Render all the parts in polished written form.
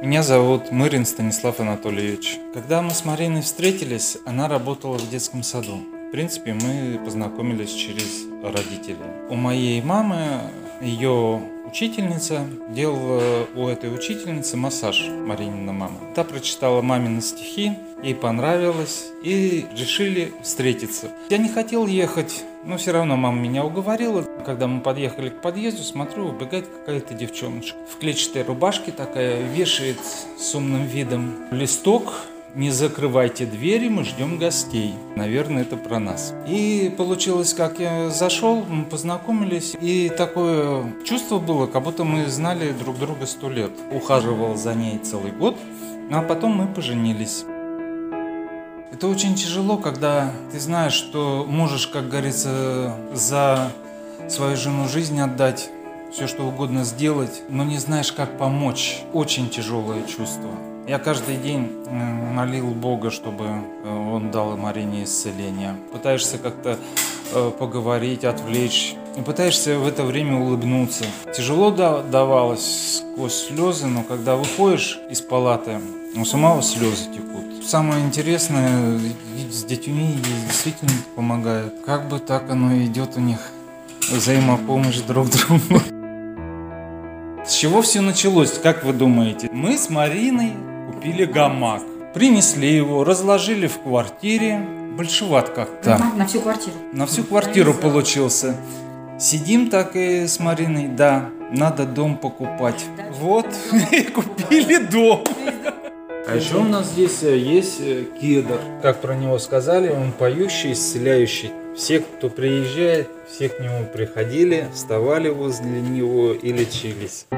Меня зовут Мырин Станислав Анатольевич. Когда мы с Мариной встретились, она работала в детском саду. В принципе, мы познакомились через родителей. У моей мамы ее учительница делала у этой учительницы массаж, Маринина мама. Та прочитала мамины стихи, ей понравилось, и решили встретиться. Я не хотел ехать, но все равно мама меня уговорила. Когда мы подъехали к подъезду, смотрю, убегает какая-то девчоночка. В клетчатой рубашке такая, вешает с умным видом листок: «Не закрывайте двери, мы ждем гостей». Наверное, это про нас. И получилось, как я зашел, мы познакомились, и такое чувство было, как будто мы знали друг друга 100 лет. Ухаживал за ней целый год, а потом мы поженились. Это очень тяжело, когда ты знаешь, что можешь, как говорится, за свою жену жизнь отдать, все что угодно сделать, но не знаешь, как помочь. Очень тяжелое чувство. Я каждый день молил Бога, чтобы Он дал Марине исцеление. Пытаешься как-то поговорить, отвлечь. И пытаешься в это время улыбнуться. Тяжело давалось сквозь слезы, но когда выходишь из палаты, у самого слезы текут. Самое интересное, с детьми действительно помогает. Как бы так оно идет у них, взаимопомощь друг другу. С чего все началось, как вы думаете? Мы с Мариной купили гамак, принесли его, разложили в квартире. Большеват как-то. На всю квартиру? На всю квартиру получился. Сидим так и с Мариной, да, надо дом покупать. Вот, и купили дом. А еще у нас здесь есть кедр. Как про него сказали, он поющий, исцеляющий. Все, кто приезжает, все к нему приходили, вставали возле него и лечились.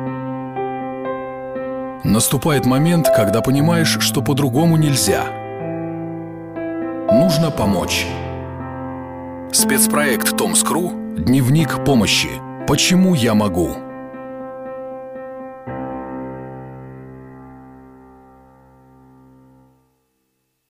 Наступает момент, когда понимаешь, что по-другому нельзя. Нужно помочь. Спецпроект Томскру «Дневник помощи. Почему я могу?»